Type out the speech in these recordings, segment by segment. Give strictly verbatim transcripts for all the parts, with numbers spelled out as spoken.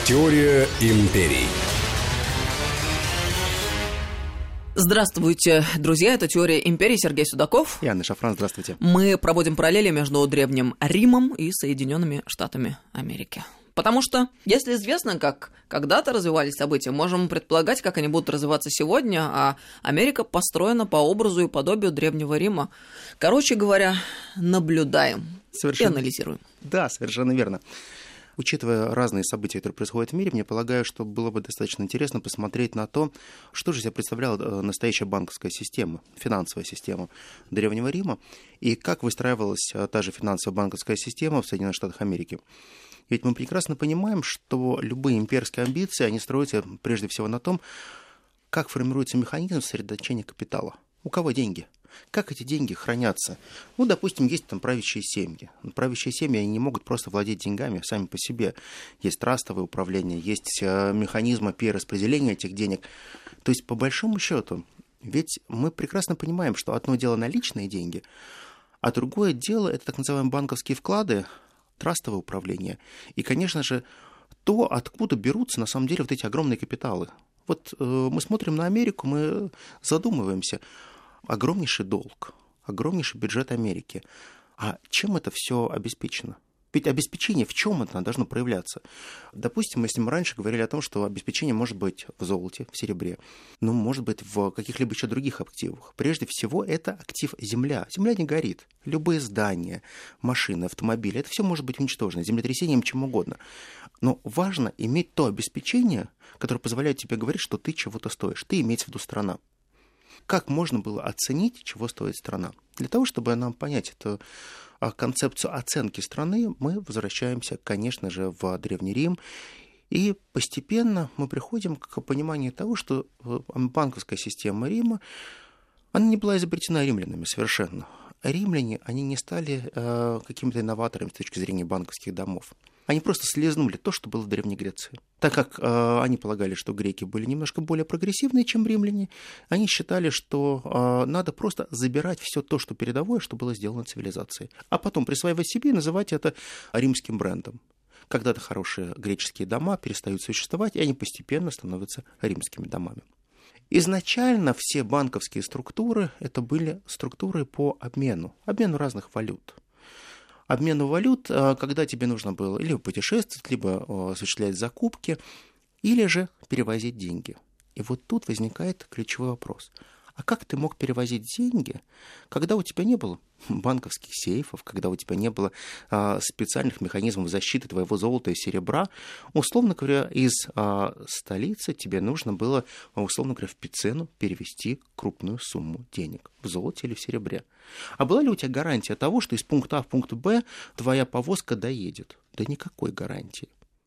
Теория империй. Здравствуйте, друзья, это «Теория империи», Сергей Судаков. И Анна Шафран, здравствуйте. Мы проводим параллели между Древним Римом и Соединенными Штатами Америки. Потому что, если известно, как когда-то развивались события, можем предполагать, как они будут развиваться сегодня, а Америка построена по образу и подобию Древнего Рима. Короче говоря, наблюдаем совершенно... и анализируем. Да, совершенно верно. Учитывая разные события, которые происходят в мире, мне полагаю, что было бы достаточно интересно посмотреть на то, что же себя представляла настоящая банковская система, финансовая система Древнего Рима, и как выстраивалась та же финансовая банковская система в Соединенных Штатах Америки. Ведь мы прекрасно понимаем, что любые имперские амбиции, они строятся прежде всего на том, как формируется механизм сосредоточения капитала. У кого деньги? Как эти деньги хранятся? Ну, допустим, есть там правящие семьи. Правящие семьи, они не могут просто владеть деньгами сами по себе. Есть трастовое управление, есть механизмы перераспределения этих денег. То есть, по большому счету, ведь мы прекрасно понимаем, что одно дело наличные деньги, а другое дело это так называемые банковские вклады, трастовое управление. И, конечно же, то, откуда берутся на самом деле вот эти огромные капиталы. Вот э, мы смотрим на Америку, мы задумываемся. Огромнейший долг, огромнейший бюджет Америки. А чем это все обеспечено? Ведь обеспечение в чем это должно проявляться? Допустим, если мы раньше говорили о том, что обеспечение может быть в золоте, в серебре, ну, может быть, в каких-либо еще других активах. Прежде всего, это актив земля. Земля не горит. Любые здания, машины, автомобили, это все может быть уничтожено землетрясением, чем угодно. Но важно иметь то обеспечение, которое позволяет тебе говорить, что ты чего-то стоишь. Ты имеется в виду страна. Как можно было оценить, чего стоит страна? Для того, чтобы нам понять эту концепцию оценки страны, мы возвращаемся, конечно же, в Древний Рим. И постепенно мы приходим к пониманию того, что банковская система Рима, она не была изобретена римлянами совершенно. Римляне, они не стали э, какими-то инноваторами с точки зрения банковских домов. Они просто слезнули то, что было в Древней Греции. Так как э, они полагали, что греки были немножко более прогрессивные, чем римляне, они считали, что э, надо просто забирать все то, что передовое, что было сделано цивилизацией, а потом присваивать себе и называть это римским брендом. Когда-то хорошие греческие дома перестают существовать, и они постепенно становятся римскими домами. Изначально все банковские структуры – это были структуры по обмену, обмену разных валют. Обмену валют, когда тебе нужно было либо путешествовать, либо осуществлять закупки, или же перевозить деньги. И вот тут возникает ключевой вопрос. А как ты мог перевозить деньги, когда у тебя не было банковских сейфов, когда у тебя не было а, специальных механизмов защиты твоего золота и серебра? Условно говоря, из а, столицы тебе нужно было, условно говоря, в Пицену перевести крупную сумму денег в золоте или в серебре. А была ли у тебя гарантия того, что из пункта А в пункт Б твоя повозка доедет? Да никакой гарантии.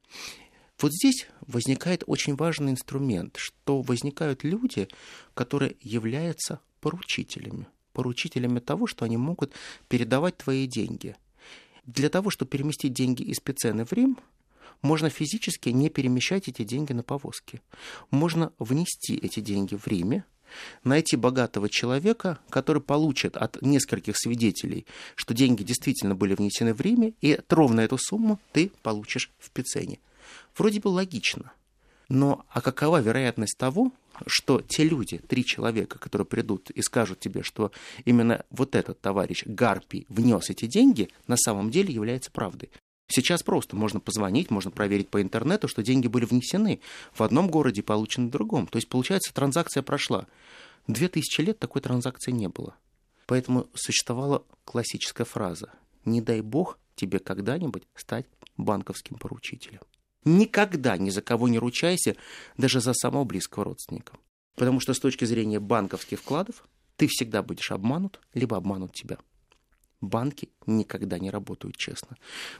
Вот здесь возникает очень важный инструмент, что возникают люди, которые являются поручителями. Поручителями того, что они могут передавать твои деньги. Для того, чтобы переместить деньги из Пицены в Рим, можно физически не перемещать эти деньги на повозке. Можно внести эти деньги в Риме, найти богатого человека, который получит от нескольких свидетелей, что деньги действительно были внесены в Риме, и ровно эту сумму ты получишь в Пицене. Вроде бы логично, но а какова вероятность того, что те люди, три человека, которые придут и скажут тебе, что именно вот этот товарищ Гарпий внес эти деньги, на самом деле является правдой? Сейчас просто можно позвонить, можно проверить по интернету, что деньги были внесены в одном городе и получены в другом. То есть, получается, транзакция прошла. Две тысячи лет такой транзакции не было. Поэтому существовала классическая фраза: «Не дай бог тебе когда-нибудь стать банковским поручителем». Никогда ни за кого не ручайся, даже за самого близкого родственника. Потому что с точки зрения банковских вкладов ты всегда будешь обманут, либо обманут тебя. Банки никогда не работают честно.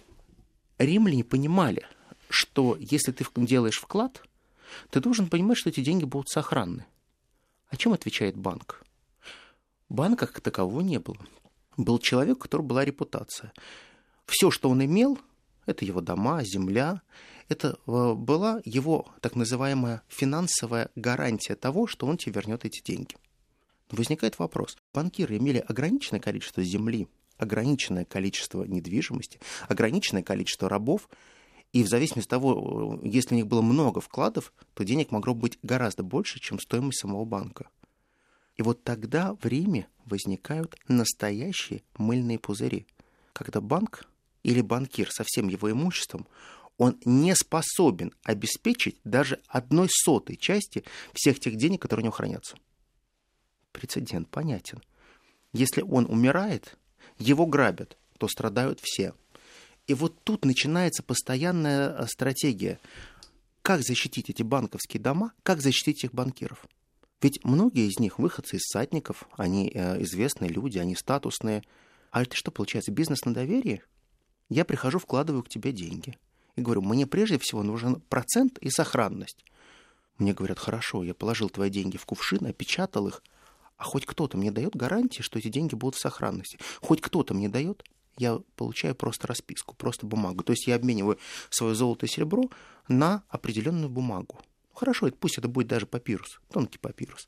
Римляне понимали, что если ты делаешь вклад, ты должен понимать, что эти деньги будут сохранны. О чем отвечает банк? Банка как такового не было. Был человек, у которого была репутация. Все, что он имел, это его дома, земля, это была его так называемая финансовая гарантия того, что он тебе вернет эти деньги. Но возникает вопрос. Банкиры имели ограниченное количество земли, ограниченное количество недвижимости, ограниченное количество рабов, И в зависимости от того, если у них было много вкладов, то денег могло быть гораздо больше, чем стоимость самого банка. И вот тогда в Риме возникают настоящие мыльные пузыри, когда банк или банкир со всем его имуществом, он не способен обеспечить даже одной сотой части всех тех денег, которые у него хранятся. Прецедент понятен. Если он умирает, его грабят, то страдают все. И вот тут начинается постоянная стратегия. Как защитить эти банковские дома, как защитить этих банкиров? Ведь многие из них выходцы из всадников, они известные люди, они статусные. А это что получается? Бизнес на доверии? Я прихожу, вкладываю к тебе деньги. И говорю, мне прежде всего нужен процент и сохранность. Мне говорят, хорошо, я положил твои деньги в кувшин, опечатал их, а хоть кто-то мне дает гарантии, что эти деньги будут в сохранности? Хоть кто-то мне дает? Я получаю просто расписку, просто бумагу. То есть я обмениваю свое золото и серебро на определенную бумагу. Хорошо, пусть это будет даже папирус, тонкий папирус.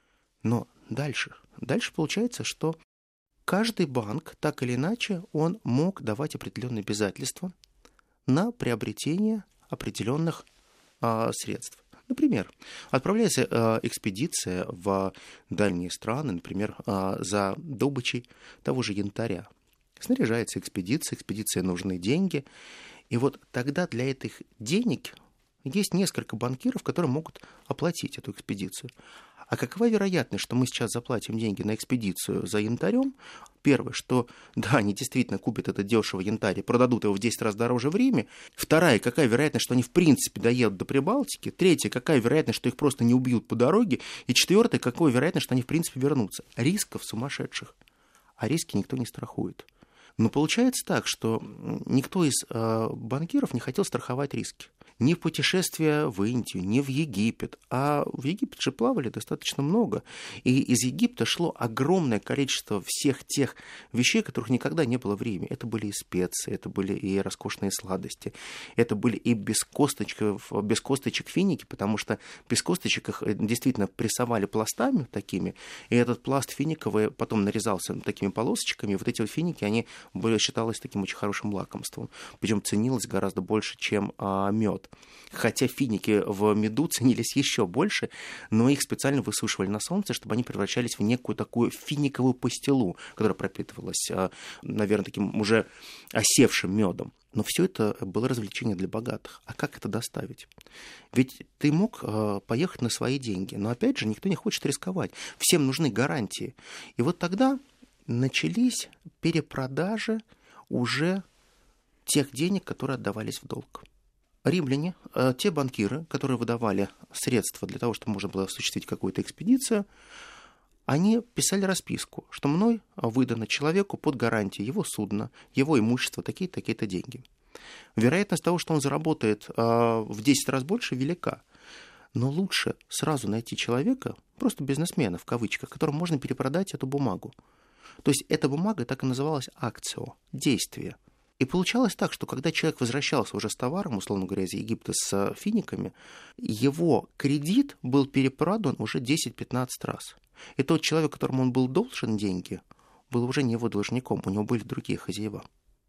Но дальше, дальше получается, что каждый банк, так или иначе, он мог давать определенные обязательства на приобретение определенных а, средств. Например, отправляется а, экспедиция в дальние страны, например, а, за добычей того же янтаря. Снаряжается экспедиция, экспедиции нужны деньги. И вот тогда для этих денег есть несколько банкиров, которые могут оплатить эту экспедицию. А какова вероятность, что мы сейчас заплатим деньги на экспедицию за янтарем? Первое, что да, они действительно купят этот дешевый янтарь и продадут его в десять раз дороже в Риме. Вторая, какая вероятность, что они в принципе доедут до Прибалтики. Третья, какая вероятность, что их просто не убьют по дороге. И четвертая, какая вероятность, что они в принципе вернутся. Рисков сумасшедших. А риски никто не страхует. Но получается так, что никто из э, банкиров не хотел страховать риски. Ни в путешествие в Индию, ни в Египет. А в Египет же плавали достаточно много. И из Египта шло огромное количество всех тех вещей, которых никогда не было в Риме. Это были и специи, это были и роскошные сладости, это были и без косточек, без косточек финики, потому что без косточек их действительно прессовали пластами такими, и этот пласт финиковый потом нарезался такими полосочками, и вот эти вот финики, они были, считалось таким очень хорошим лакомством. Причем ценилось гораздо больше, чем а, мед. Хотя финики в меду ценились еще больше, но их специально высушивали на солнце, чтобы они превращались в некую такую финиковую пастилу, которая пропитывалась, наверное, таким уже осевшим медом. Но все это было развлечение для богатых. А как это доставить? Ведь ты мог поехать на свои деньги, но опять же никто не хочет рисковать. Всем нужны гарантии. И вот тогда начались перепродажи уже тех денег, которые отдавались в долг. Римляне, те банкиры, которые выдавали средства для того, чтобы можно было осуществить какую-то экспедицию, они писали расписку, что мной выдано человеку под гарантией его судна, его имущество, такие-то, такие-то деньги. Вероятность того, что он заработает в десять раз больше, велика. Но лучше сразу найти человека, просто бизнесмена в кавычках, которому можно перепродать эту бумагу. То есть эта бумага так и называлась акцио, действие. И получалось так, что когда человек возвращался уже с товаром, условно говоря, из Египта с финиками, его кредит был перепродан уже десять-пятнадцать раз. И тот человек, которому он был должен деньги, был уже не его должником, у него были другие хозяева.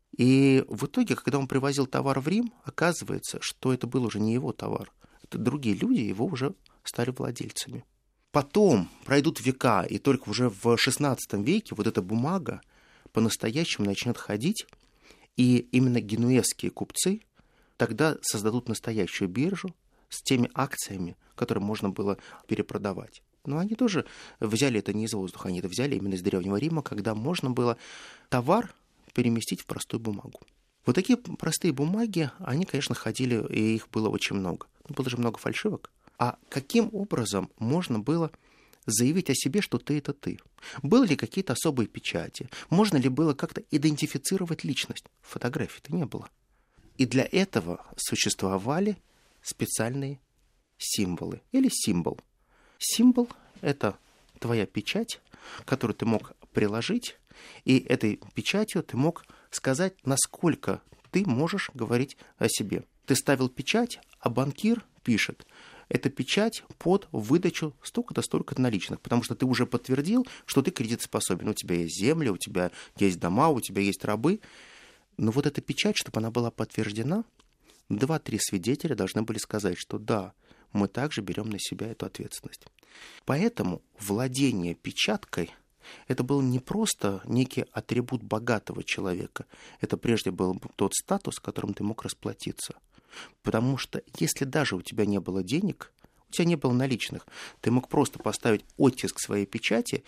И в итоге, когда он привозил товар в Рим, оказывается, что это был уже не его товар. Это другие люди его уже стали владельцами. Потом пройдут века, и только уже в шестнадцатом веке вот эта бумага по-настоящему начнет ходить. И именно генуэзские купцы тогда создадут настоящую биржу с теми акциями, которые можно было перепродавать. Но они тоже взяли это не из воздуха, они это взяли именно из Древнего Рима, когда можно было товар переместить в простую бумагу. Вот такие простые бумаги, они, конечно, ходили, и их было очень много. Но было же много фальшивок. А каким образом можно было заявить о себе, что ты — это ты? Были ли какие-то особые печати? Можно ли было как-то идентифицировать личность? Фотографий-то не было. И для этого существовали специальные символы или символ. Символ — это твоя печать, которую ты мог приложить, и этой печатью ты мог сказать, насколько ты можешь говорить о себе. Ты ставил печать, а банкир пишет: это печать под выдачу столько-то, столько-то наличных, потому что ты уже подтвердил, что ты кредитоспособен. У тебя есть земля, у тебя есть дома, у тебя есть рабы. Но вот эта печать, чтобы она была подтверждена, два-три свидетеля должны были сказать, что да, мы также берем на себя эту ответственность. Поэтому владение печаткой – это был не просто некий атрибут богатого человека, это прежде был тот статус, которым ты мог расплатиться. Потому что если даже у тебя не было денег, у тебя не было наличных, ты мог просто поставить оттиск своей печати,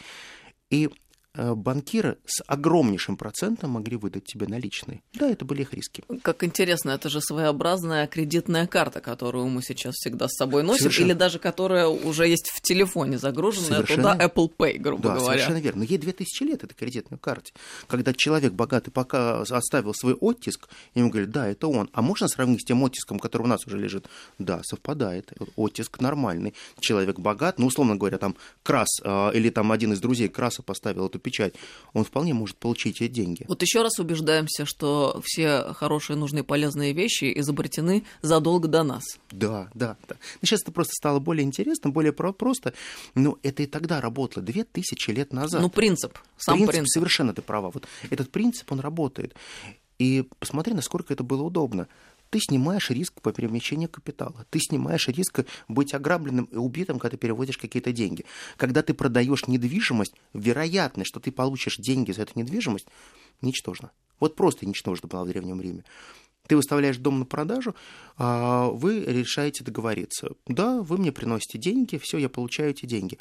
и банкиры с огромнейшим процентом могли выдать тебе наличные. Да, это были их риски. Как интересно, это же своеобразная кредитная карта, которую мы сейчас всегда с собой носим, Совершенно. Или даже которая уже есть в телефоне загруженная, Совершенно. туда Apple Pay, грубо да, говоря. Совершенно верно. Но ей две тысячи лет, этой кредитной карте. Когда человек богатый пока оставил свой оттиск, ему говорят, да, это он. А можно сравнить с тем оттиском, который у нас уже лежит? Да, совпадает. Оттиск нормальный. Человек богат, ну, условно говоря, там Крас э, или там один из друзей Краса поставил эту печать, он вполне может получить эти деньги. Вот еще раз убеждаемся, что все хорошие, нужные, полезные вещи изобретены задолго до нас. Да, да, да. Сейчас это просто стало более интересно, более просто. Но это и тогда работало, две тысячи лет назад. Ну, принцип, сам принцип. принцип. Совершенно ты права. Вот этот принцип, он работает. И посмотри, насколько это было удобно. Ты снимаешь риск по перемещению капитала. Ты снимаешь риск быть ограбленным и убитым, когда ты переводишь какие-то деньги. Когда ты продаешь недвижимость, вероятность, что ты получишь деньги за эту недвижимость, ничтожна. Вот просто ничтожна была в Древнем Риме. Ты выставляешь дом на продажу, а вы решаете договориться. Да, вы мне приносите деньги, все, я получаю эти деньги.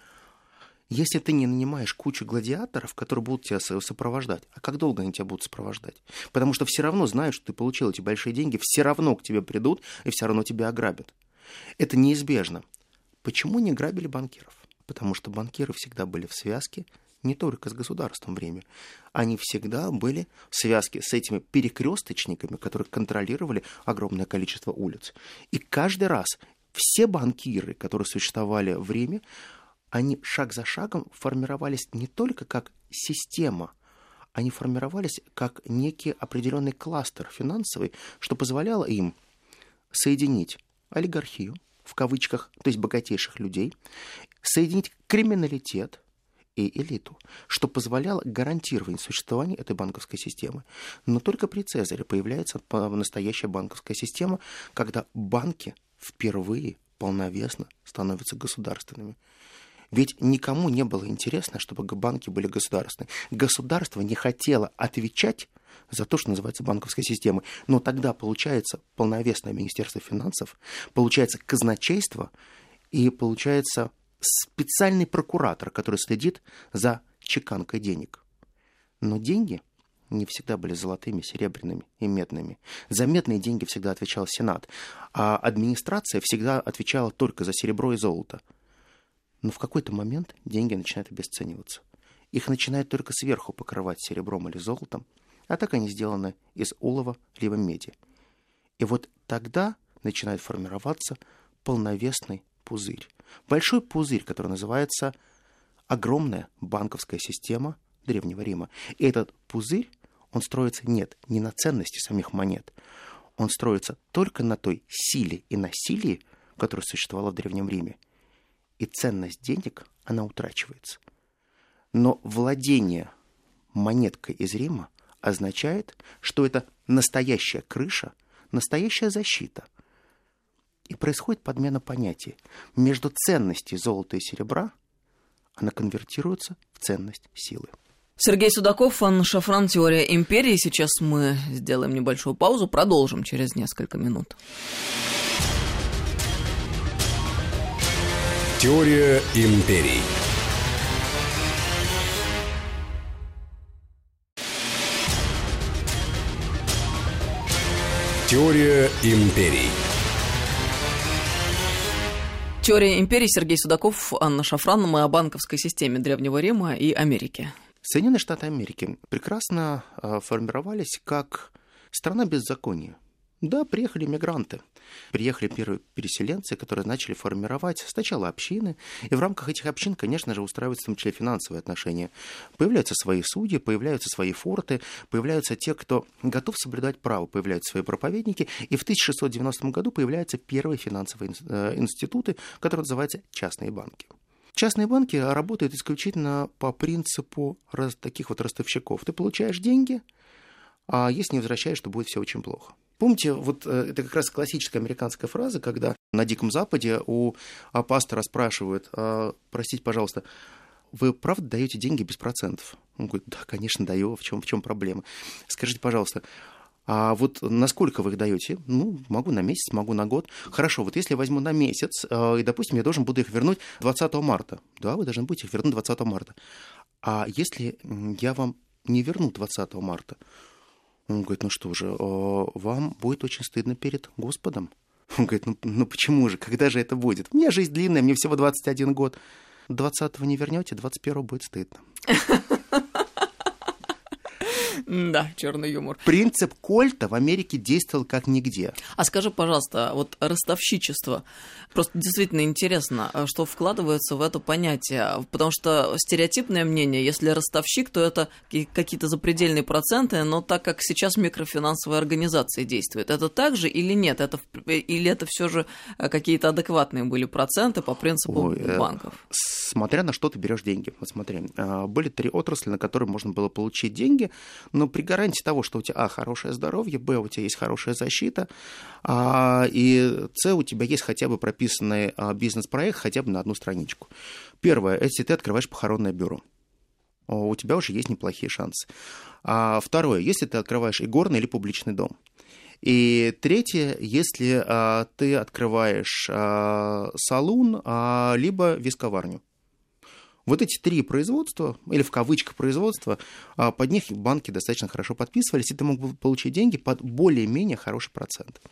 Если ты не нанимаешь кучу гладиаторов, которые будут тебя сопровождать, а как долго они тебя будут сопровождать? Потому что все равно знают, что ты получил эти большие деньги, все равно к тебе придут и все равно тебя ограбят. Это неизбежно. Почему не грабили банкиров? Потому что банкиры всегда были в связке не только с государством в Риме. Они всегда были в связке с этими перекресточниками, которые контролировали огромное количество улиц. И каждый раз все банкиры, которые существовали в Риме, они шаг за шагом формировались не только как система, они формировались как некий определенный кластер финансовый, что позволяло им соединить олигархию, в кавычках, то есть богатейших людей, соединить криминалитет и элиту, что позволяло гарантировать существование этой банковской системы. Но только при Цезаре появляется настоящая банковская система, когда банки впервые полновесно становятся государственными. Ведь никому не было интересно, чтобы банки были государственные. Государство не хотело отвечать за то, что называется банковской системой. Но тогда получается полновесное Министерство финансов, получается казначейство и получается специальный прокуратор, который следит за чеканкой денег. Но деньги не всегда были золотыми, серебряными и медными. За медные деньги всегда отвечал Сенат, а администрация всегда отвечала только за серебро и золото. Но в какой-то момент деньги начинают обесцениваться. Их начинают только сверху покрывать серебром или золотом, а так они сделаны из олова либо меди. И вот тогда начинает формироваться полновесный пузырь. Большой пузырь, который называется огромная банковская система Древнего Рима. И этот пузырь, он строится нет, не на ценности самих монет, он строится только на той силе и насилии, которая существовала в Древнем Риме. И ценность денег, она утрачивается. Но владение монеткой из Рима означает, что это настоящая крыша, настоящая защита. И происходит подмена понятий. Между ценностью золота и серебра она конвертируется в ценность силы. Сергей Судаков, Анна Шафран, «Теория империи». Сейчас мы сделаем небольшую паузу, продолжим через несколько минут. Теория империй. Теория империй. Теория империи. Сергей Судаков, Анна Шафран. Мы о банковской системе Древнего Рима и Америки. Соединенные Штаты Америки прекрасно формировались как страна беззакония. Да, приехали мигранты. Приехали первые переселенцы, которые начали формировать сначала общины, и в рамках этих общин, конечно же, устраиваются в том числе финансовые отношения. Появляются свои судьи, появляются свои форты, появляются те, кто готов соблюдать право, появляются свои проповедники, и в тысяча шестьсот девяностом году появляются первые финансовые институты, которые называются частные банки. Частные банки работают исключительно по принципу таких вот ростовщиков. Ты получаешь деньги, а если не возвращаешь, то будет все очень плохо. Помните, вот это как раз классическая американская фраза, когда на Диком Западе у пастора спрашивают: простите, пожалуйста, вы правда даете деньги без процентов? Он говорит: да, конечно, даю, в чем, в чем проблема? Скажите, пожалуйста, а вот насколько вы их даете? Ну, могу на месяц, могу на год. Хорошо, вот если я возьму на месяц, и, допустим, я должен буду их вернуть двадцатого марта. Да, вы должны будете их вернуть двадцатого марта. А если я вам не верну двадцатого марта? Он говорит: ну что же, вам будет очень стыдно перед Господом. Он говорит: ну, ну почему же, когда же это будет? У меня жизнь длинная, мне всего двадцать один год. двадцатого не вернете, двадцать первого будет стыдно. Да, черный юмор. Принцип Кольта в Америке действовал как нигде. А скажи, пожалуйста, вот ростовщичество. Просто действительно интересно, что вкладывается в это понятие. Потому что стереотипное мнение, если ростовщик, то это какие-то запредельные проценты, но так как сейчас микрофинансовые организации действуют, это так же или нет? Это, или это все же какие-то адекватные были проценты по принципу Ой, банков? Смотря на что ты берешь деньги. Вот смотри, были три отрасли, на которые можно было получить деньги, но при гарантии того, что у тебя, а, хорошее здоровье, б, у тебя есть хорошая защита, а, и с, у тебя есть хотя бы прописанный а, бизнес-проект хотя бы на одну страничку. Первое, если ты открываешь похоронное бюро, у тебя уже есть неплохие шансы. А, второе, если ты открываешь игорный или публичный дом. И третье, если а, ты открываешь а, салун, а, либо висковарню. Вот эти три производства, или в кавычках производства, под них банки достаточно хорошо подписывались, и ты мог получить деньги под более-менее хороший процент.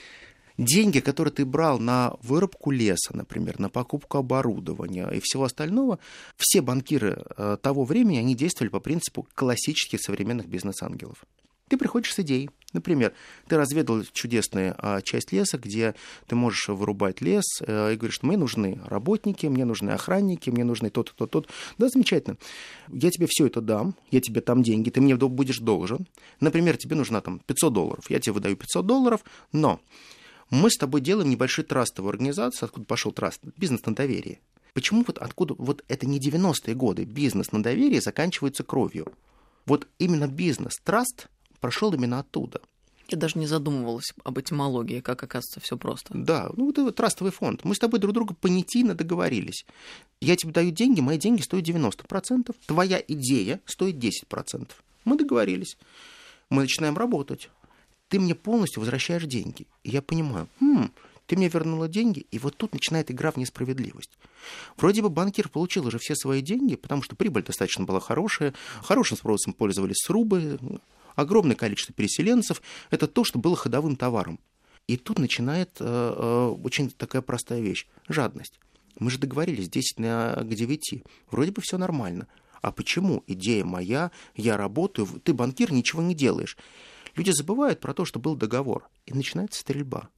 Деньги, которые ты брал на вырубку леса, например, на покупку оборудования и всего остального, все банкиры того времени, они действовали по принципу классических современных бизнес-ангелов. Ты приходишь с идеей. Например, ты разведал чудесную а, часть леса, где ты можешь вырубать лес, а, и говоришь, что мне нужны работники, мне нужны охранники, мне нужны то-то, то-то, то-то. Да, замечательно. Я тебе все это дам, я тебе дам деньги, ты мне будешь должен. Например, тебе нужно там пятьсот долларов. Я тебе выдаю пятьсот долларов, но мы с тобой делаем небольшую трастовую организацию. Откуда пошел траст? Бизнес на доверии. Почему вот откуда? Вот это не девяностые годы. Бизнес на доверии заканчивается кровью. Вот именно бизнес-траст прошел именно оттуда. Я даже не задумывалась об этимологии, как, оказывается, все просто. Да, ну вот это трастовый фонд. Мы с тобой друг друга понятийно договорились. Я тебе даю деньги, мои деньги стоят девяносто процентов, твоя идея стоит десять процентов. Мы договорились. Мы начинаем работать. Ты мне полностью возвращаешь деньги. И я понимаю, хм, ты мне вернула деньги, и вот тут начинает игра в несправедливость. Вроде бы банкир получил уже все свои деньги, потому что прибыль достаточно была хорошая, хорошим спросом пользовались срубы, огромное количество переселенцев. Это то, что было ходовым товаром. И тут начинает э, э, очень такая простая вещь. Жадность. Мы же договорились десять к девяти. Вроде бы все нормально. А почему? Идея моя, я работаю, ты банкир, ничего не делаешь. Люди забывают про то, что был договор. И начинается стрельба.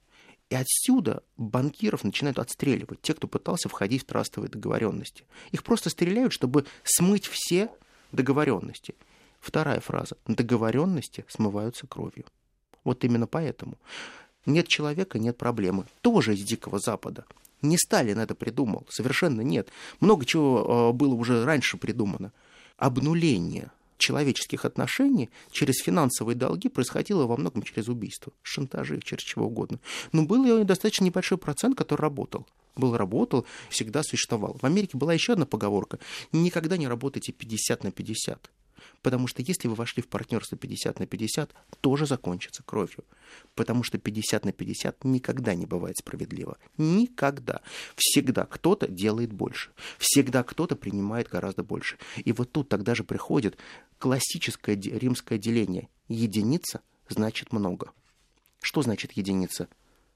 И отсюда банкиров начинают отстреливать. Те, кто пытался входить в трастовые договоренности. Их просто стреляют, чтобы смыть все договоренности. Вторая фраза. Договоренности смываются кровью. Вот именно поэтому. Нет человека, нет проблемы. Тоже из Дикого Запада. Не Сталин это придумал. Совершенно нет. Много чего было уже раньше придумано. Обнуление человеческих отношений через финансовые долги происходило во многом через убийство, шантажи, через чего угодно. Но был достаточно небольшой процент, который работал. Был, работал, всегда существовал. В Америке была еще одна поговорка. Никогда не работайте пятьдесят на пятьдесят. Потому что если вы вошли в партнерство пятьдесят на пятьдесят, тоже закончится кровью. Потому что пятьдесят на пятьдесят никогда не бывает справедливо. Никогда. Всегда кто-то делает больше. Всегда кто-то принимает гораздо больше. И вот тут тогда же приходит классическое римское деление. Единица значит много. Что значит единица?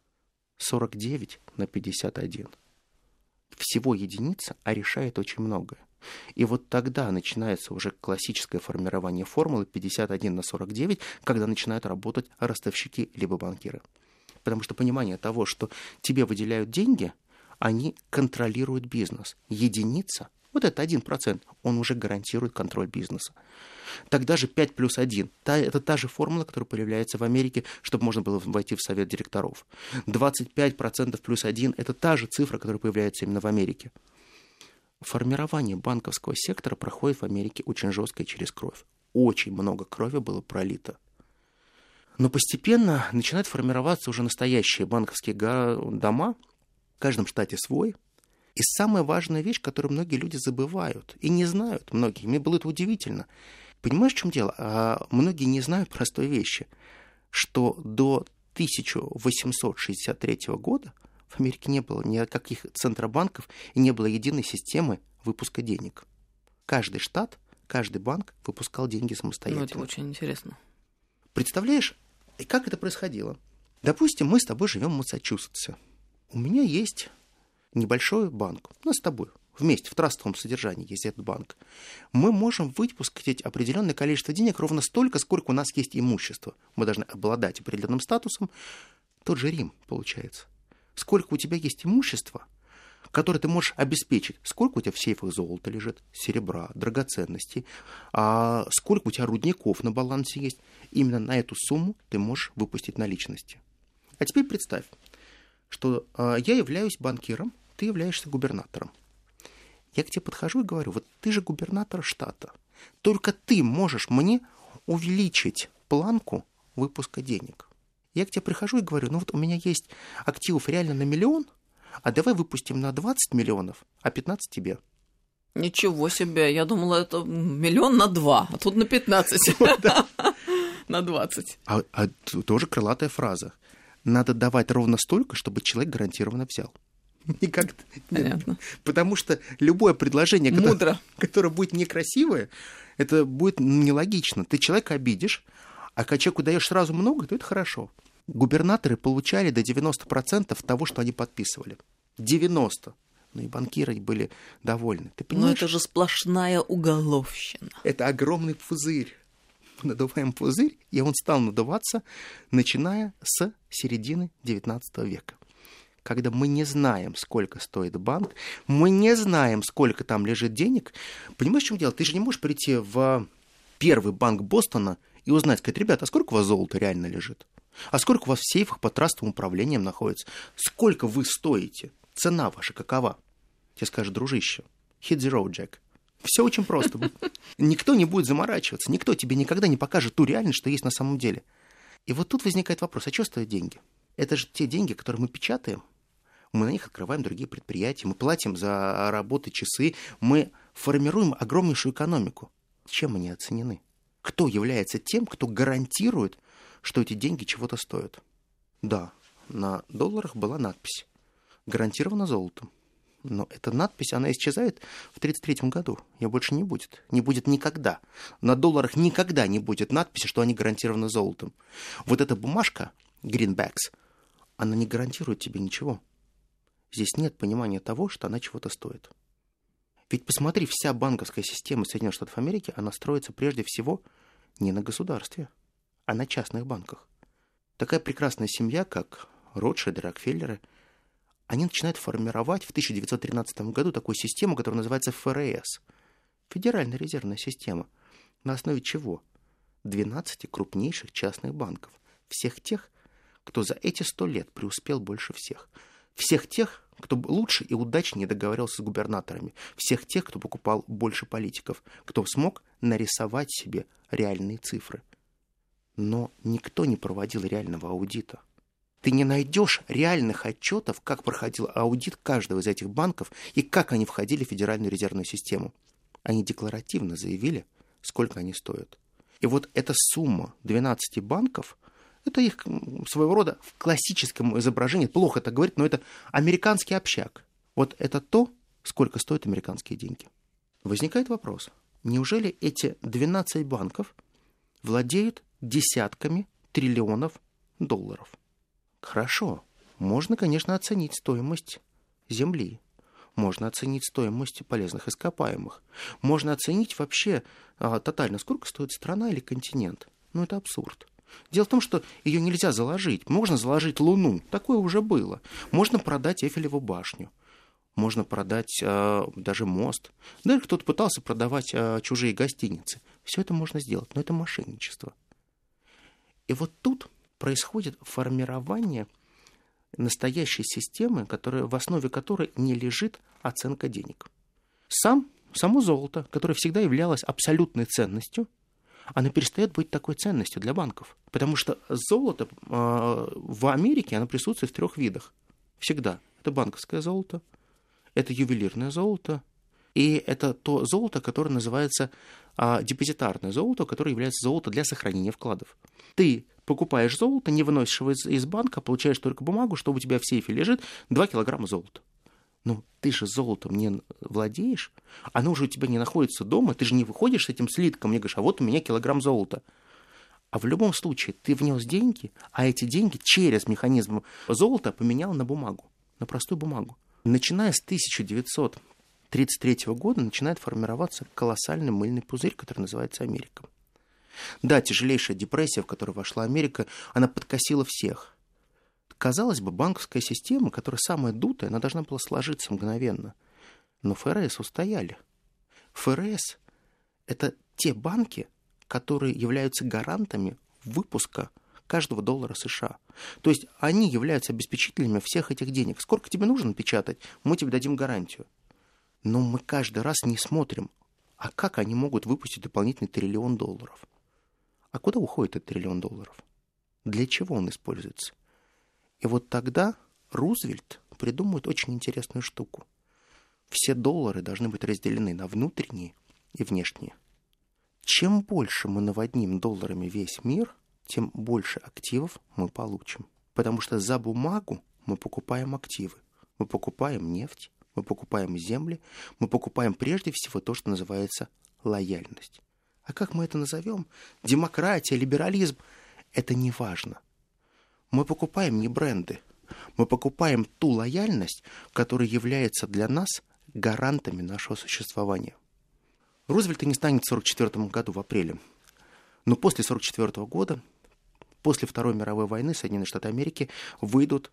сорок девять на пятьдесят один. Всего единица, а решает очень многое. И вот тогда начинается уже классическое формирование формулы пятьдесят один на сорок девять, когда начинают работать ростовщики либо банкиры. Потому что понимание того, что тебе выделяют деньги, они контролируют бизнес. Единица, вот это один процент, он уже гарантирует контроль бизнеса. Тогда же пять плюс один, та, это та же формула, которая появляется в Америке, чтобы можно было войти в совет директоров. двадцать пять процентов плюс один, это та же цифра, которая появляется именно в Америке. Формирование банковского сектора проходит в Америке очень жестко и через кровь. очень много крови было пролито. Но постепенно начинают формироваться уже настоящие банковские дома, в каждом штате свой. И самая важная вещь, которую многие люди забывают и не знают, многие, мне было это удивительно. Понимаешь, в чем дело? А многие не знают простой вещи, что до тысяча восемьсот шестьдесят третьего года в Америке не было никаких центробанков и не было единой системы выпуска денег. Каждый штат, каждый банк выпускал деньги самостоятельно. Ну, это очень интересно. Представляешь, и как это происходило? Допустим, мы с тобой живем в Массачусетсе. У меня есть небольшой банк. У нас с тобой вместе в трастовом содержании есть этот банк. Мы можем выпускать определенное количество денег ровно столько, сколько у нас есть имущество. Мы должны обладать определенным статусом. Тот же Рим, получается. Сколько у тебя есть имущества, которое ты можешь обеспечить. Сколько у тебя в сейфах золота лежит, серебра, драгоценностей, а сколько у тебя рудников на балансе есть. Именно на эту сумму ты можешь выпустить наличности. А теперь представь, что а, я являюсь банкиром, ты являешься губернатором. Я к тебе подхожу и говорю, вот ты же губернатор штата, только ты можешь мне увеличить планку выпуска денег. Я к тебе прихожу и говорю, ну вот у меня есть активов реально на миллион, а давай выпустим на двадцать миллионов, а пятнадцать тебе. Ничего себе, я думала, это миллион на два, а тут на пятнадцать, на двадцать. А тоже крылатая фраза. Надо давать ровно столько, чтобы человек гарантированно взял. Никак... Понятно. Потому что любое предложение, которое, которое будет некрасивое, это будет нелогично. Ты человека обидишь, а когда человеку даешь сразу много, то это хорошо. Губернаторы получали до девяносто процентов того, что они подписывали. девяносто процентов. Ну и банкиры были довольны. Ты понимаешь? Но это же сплошная уголовщина. Это огромный пузырь. Мы надуваем пузырь, и он стал надуваться, начиная с середины девятнадцатого века. Когда мы не знаем, сколько стоит банк, мы не знаем, сколько там лежит денег. Понимаешь, в чем дело? Ты же не можешь прийти в первый банк Бостона и узнать, сказать, ребята, а сколько у вас золота реально лежит? А сколько у вас в сейфах под трастовым управлением находится? Сколько вы стоите? Цена ваша какова? Тебе скажут, дружище, hit the road, Jack. Все очень просто. Никто не будет заморачиваться, никто тебе никогда не покажет ту реальность, что есть на самом деле. И вот тут возникает вопрос, а что стоят деньги? Это же те деньги, которые мы печатаем. Мы на них открываем другие предприятия, мы платим за работы, часы, мы формируем огромнейшую экономику. Чем они оценены? Кто является тем, кто гарантирует, что эти деньги чего-то стоят? Да, на долларах была надпись «Гарантировано золотом». Но эта надпись, она исчезает в тридцать третьем году. Ее больше не будет. Не будет никогда. На долларах никогда не будет надписи, что они гарантированы золотом. Вот эта бумажка, greenbacks, она не гарантирует тебе ничего. Здесь нет понимания того, что она чего-то стоит. Ведь посмотри, вся банковская система Соединенных Штатов Америки, она строится прежде всего не на государстве, а на частных банках. Такая прекрасная семья, как Ротшильды, Рокфеллеры, они начинают формировать в тысяча девятьсот тринадцатом году такую систему, которая называется эф эр эс. Федеральная резервная система. На основе чего? двенадцати крупнейших частных банков. Всех тех, кто за эти сто лет преуспел больше всех. Всех тех, кто лучше и удачнее договаривался с губернаторами. Всех тех, кто покупал больше политиков. Кто смог нарисовать себе реальные цифры. Но никто не проводил реального аудита. Ты не найдешь реальных отчетов, как проходил аудит каждого из этих банков и как они входили в Федеральную резервную систему. Они декларативно заявили, сколько они стоят. И вот эта сумма двенадцати банков, это их своего рода в классическом изображении, плохо это говорить, но это американский общак. Вот это то, сколько стоят американские деньги. Возникает вопрос, неужели эти двенадцать банков владеют десятками триллионов долларов? Хорошо, можно, конечно, оценить стоимость земли, можно оценить стоимость полезных ископаемых, можно оценить вообще а, тотально, сколько стоит страна или континент. Но это абсурд. Дело в том, что ее нельзя заложить. Можно заложить Луну, такое уже было. Можно продать Эйфелеву башню, можно продать а, даже мост. Даже кто-то пытался продавать а, чужие гостиницы. Все это можно сделать, но это мошенничество. И вот тут происходит формирование настоящей системы, которая, в основе которой не лежит оценка денег. Сам, само золото, которое всегда являлось абсолютной ценностью, она перестает быть такой ценностью для банков. Потому что золото э, в Америке, оно присутствует в трех видах. Всегда. Это банковское золото, это ювелирное золото, и это то золото, которое называется э, депозитарное золото, которое является золото для сохранения вкладов. Ты покупаешь золото, не выносишь его из, из банка, получаешь только бумагу, что у тебя в сейфе лежит два килограмма золота. Ну, ты же золотом не владеешь, оно уже у тебя не находится дома, ты же не выходишь с этим слитком, не говоришь, а вот у меня килограмм золота. А в любом случае ты внес деньги, а эти деньги через механизм золота поменял на бумагу, на простую бумагу. Начиная с тысяча девятьсот тридцать третьего года начинает формироваться колоссальный мыльный пузырь, который называется Америка. Да, тяжелейшая депрессия, в которую вошла Америка, она подкосила всех. Казалось бы, банковская система, которая самая дутая, она должна была сложиться мгновенно. Но ФРС устояли. ФРС – это те банки, которые являются гарантами выпуска каждого доллара США. То есть они являются обеспечителями всех этих денег. Сколько тебе нужно печатать, мы тебе дадим гарантию. Но мы каждый раз не смотрим, а как они могут выпустить дополнительный триллион долларов. А куда уходит этот триллион долларов? Для чего он используется? И вот тогда Рузвельт придумает очень интересную штуку. Все доллары должны быть разделены на внутренние и внешние. Чем больше мы наводним долларами весь мир, тем больше активов мы получим. Потому что за бумагу мы покупаем активы. Мы покупаем нефть, мы покупаем земли, мы покупаем прежде всего то, что называется лояльность. А как мы это назовем? Демократия, либерализм – это не важно. Мы покупаем не бренды, мы покупаем ту лояльность, которая является для нас гарантами нашего существования. Рузвельта не станет в сорок четвёртом году в апреле, но после сорок четвёртого года, после Второй мировой войны, Соединенные Штаты Америки выйдут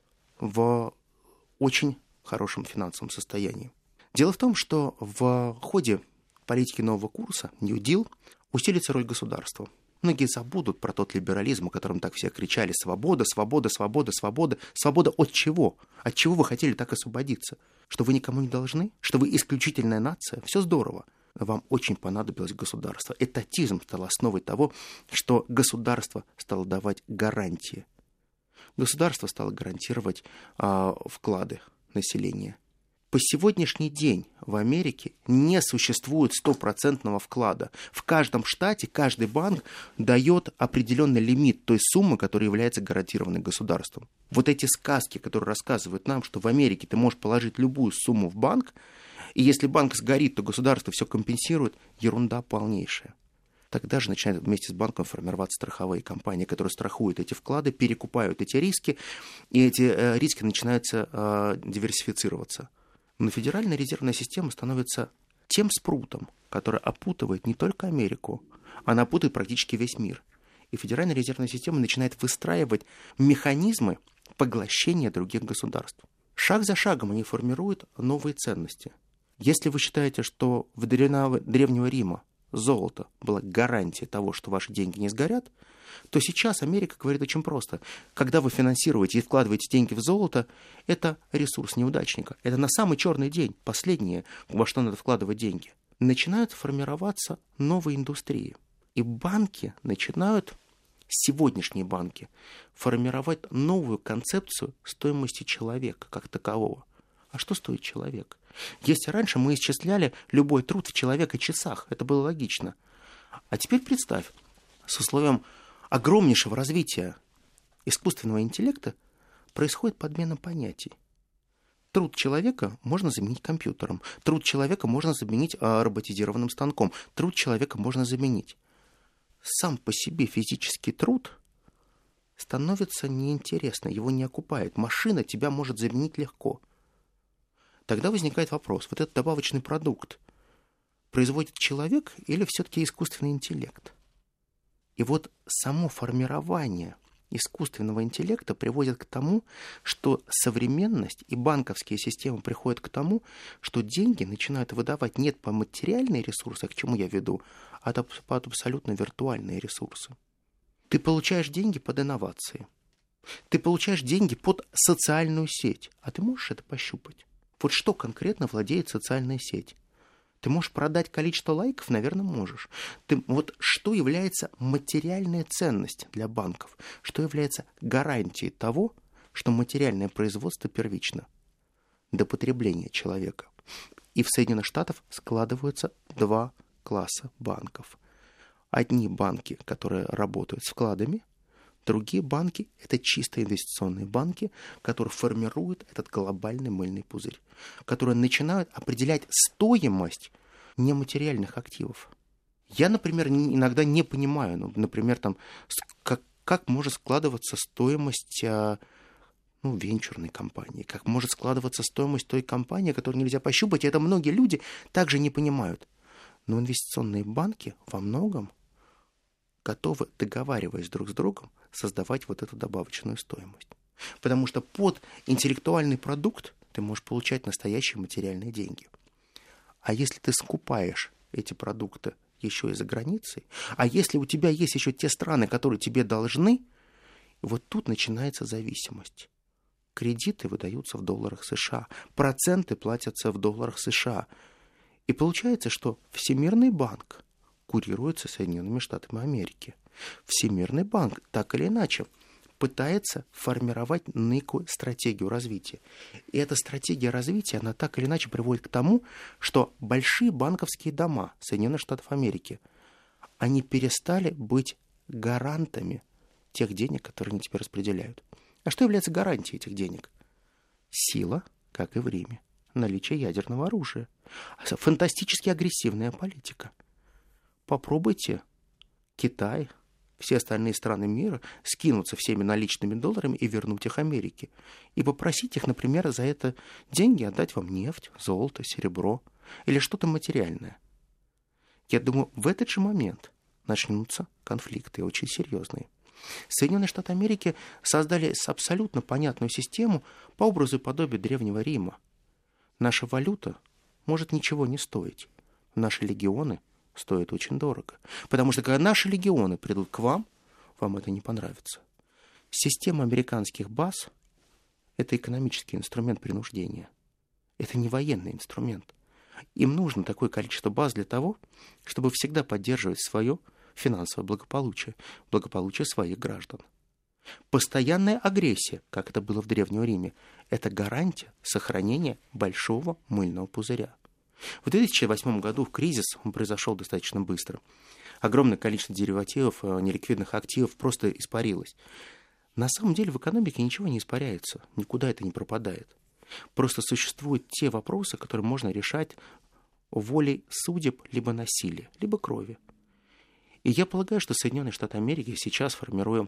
в очень хорошем финансовом состоянии. Дело в том, что в ходе политики нового курса, New Deal, усилится роль государства. Многие забудут про тот либерализм, о котором так все кричали: свобода, свобода, свобода, свобода. Свобода от чего? От чего вы хотели так освободиться? Что вы никому не должны? Что вы исключительная нация? Все здорово. Вам очень понадобилось государство. Этатизм стал основой того, что государство стало давать гарантии. Государство стало гарантировать э, вклады населения. По сегодняшний день в Америке не существует стопроцентного вклада. В каждом штате каждый банк дает определенный лимит той суммы, которая является гарантированной государством. Вот эти сказки, которые рассказывают нам, что в Америке ты можешь положить любую сумму в банк, и если банк сгорит, то государство все компенсирует, ерунда полнейшая. Тогда же начинают вместе с банком формироваться страховые компании, которые страхуют эти вклады, перекупают эти риски, и эти э, риски начинаются э, диверсифицироваться. Но Федеральная резервная система становится тем спрутом, который опутывает не только Америку, она опутывает практически весь мир. И Федеральная резервная система начинает выстраивать механизмы поглощения других государств. Шаг за шагом они формируют новые ценности. Если вы считаете, что в времена Древнего Рима золото было гарантией того, что ваши деньги не сгорят, то сейчас Америка говорит очень просто. Когда вы финансируете и вкладываете деньги в золото, это ресурс неудачника. Это на самый черный день, последнее, во что надо вкладывать деньги. Начинают формироваться новые индустрии. И банки начинают, сегодняшние банки, формировать новую концепцию стоимости человека как такового. А что стоит человек? Если раньше мы исчисляли любой труд в человека-часах, это было логично. А теперь представь, с условием огромнейшего развития искусственного интеллекта происходит подмена понятий. Труд человека можно заменить компьютером, труд человека можно заменить а, роботизированным станком, труд человека можно заменить. Сам по себе физический труд становится неинтересным, его не окупает. Машина тебя может заменить легко. Тогда возникает вопрос, вот этот добавочный продукт производит человек или все-таки искусственный интеллект? И вот само формирование искусственного интеллекта приводит к тому, что современность и банковские системы приходят к тому, что деньги начинают выдавать не по материальные ресурсы, к чему я веду, а под абсолютно виртуальные ресурсы. Ты получаешь деньги под инновации. Ты получаешь деньги под социальную сеть. А ты можешь это пощупать? Вот что конкретно владеет социальная сеть? Ты можешь продать количество лайков? Наверное, можешь. Ты, вот что является материальная ценность для банков? Что является гарантией того, что материальное производство первично до потребления человека? И в Соединенных Штатах складываются два класса банков. Одни банки, которые работают с вкладами, другие банки – это чисто инвестиционные банки, которые формируют этот глобальный мыльный пузырь, которые начинают определять стоимость нематериальных активов. Я, например, иногда не понимаю, ну, например, там, как, как может складываться стоимость ну, венчурной компании, как может складываться стоимость той компании, которую нельзя пощупать, и это многие люди также не понимают. Но инвестиционные банки во многом готовы, договариваясь друг с другом, создавать вот эту добавочную стоимость. Потому что под интеллектуальный продукт ты можешь получать настоящие материальные деньги. А если ты скупаешь эти продукты еще и за границей, а если у тебя есть еще те страны, которые тебе должны, вот тут начинается зависимость. Кредиты выдаются в долларах США, проценты платятся в долларах США. И получается, что Всемирный банк курируется Соединенными Штатами Америки. Всемирный банк так или иначе пытается формировать некую стратегию развития. И эта стратегия развития, она так или иначе приводит к тому, что большие банковские дома Соединенных Штатов Америки, они перестали быть гарантами тех денег, которые они теперь распределяют. А что является гарантией этих денег? Сила, как и в Риме. Наличие ядерного оружия. Фантастически агрессивная политика. Попробуйте Китай, все остальные страны мира скинуться всеми наличными долларами и вернуть их Америке. И попросить их, например, за это деньги отдать вам нефть, золото, серебро или что-то материальное. Я думаю, в этот же момент начнутся конфликты очень серьезные. Соединенные Штаты Америки создали абсолютно понятную систему по образу и подобию Древнего Рима. Наша валюта может ничего не стоить. Наши легионы стоят очень дорого. Потому что когда наши легионы придут к вам, вам это не понравится. Система американских баз – это экономический инструмент принуждения. Это не военный инструмент. Им нужно такое количество баз для того, чтобы всегда поддерживать свое финансовое благополучие, благополучие своих граждан. Постоянная агрессия, как это было в Древнем Риме, это гарантия сохранения большого мыльного пузыря. В две тысячи восьмом году кризис он произошел достаточно быстро. Огромное количество деривативов, неликвидных активов просто испарилось. На самом деле в экономике ничего не испаряется, никуда это не пропадает. Просто существуют те вопросы, которые можно решать волей судеб либо насилия, либо крови. И я полагаю, что Соединенные Штаты Америки сейчас, формируя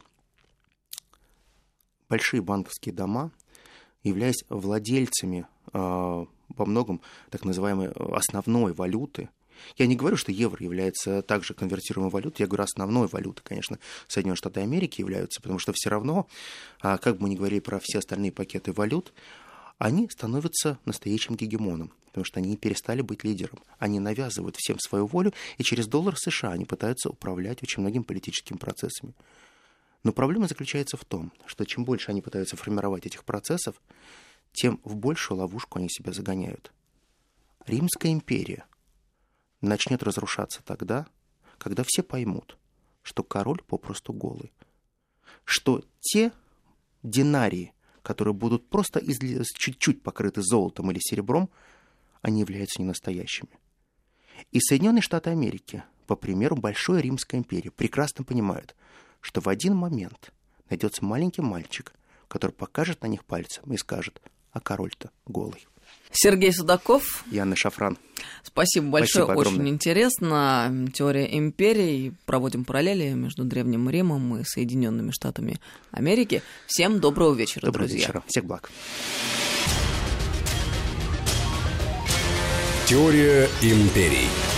большие банковские дома, являясь владельцами э, во многом так называемой основной валюты. Я не говорю, что евро является также конвертируемой валютой, я говорю, основной валютой, конечно, Соединенные Штаты Америки являются, потому что все равно, э, как бы мы ни говорили про все остальные пакеты валют, они становятся настоящим гегемоном, потому что они не перестали быть лидером. Они навязывают всем свою волю, и через доллар США они пытаются управлять очень многими политическими процессами. Но проблема заключается в том, что чем больше они пытаются формировать этих процессов, тем в большую ловушку они себя загоняют. Римская империя начнет разрушаться тогда, когда все поймут, что король попросту голый, что те динарии, которые будут просто изли... чуть-чуть покрыты золотом или серебром, они являются ненастоящими. И Соединенные Штаты Америки, по примеру Большой Римской империи, прекрасно понимают, что в один момент найдется маленький мальчик, который покажет на них пальцем и скажет, а король-то голый. Сергей Судаков. И Анна Шафран. Спасибо большое, Спасибо очень огромное. Интересно. Теория империй. Проводим параллели между Древним Римом и Соединенными Штатами Америки. Всем доброго вечера, Доброго друзья. вечера. Всех благ. Теория империй.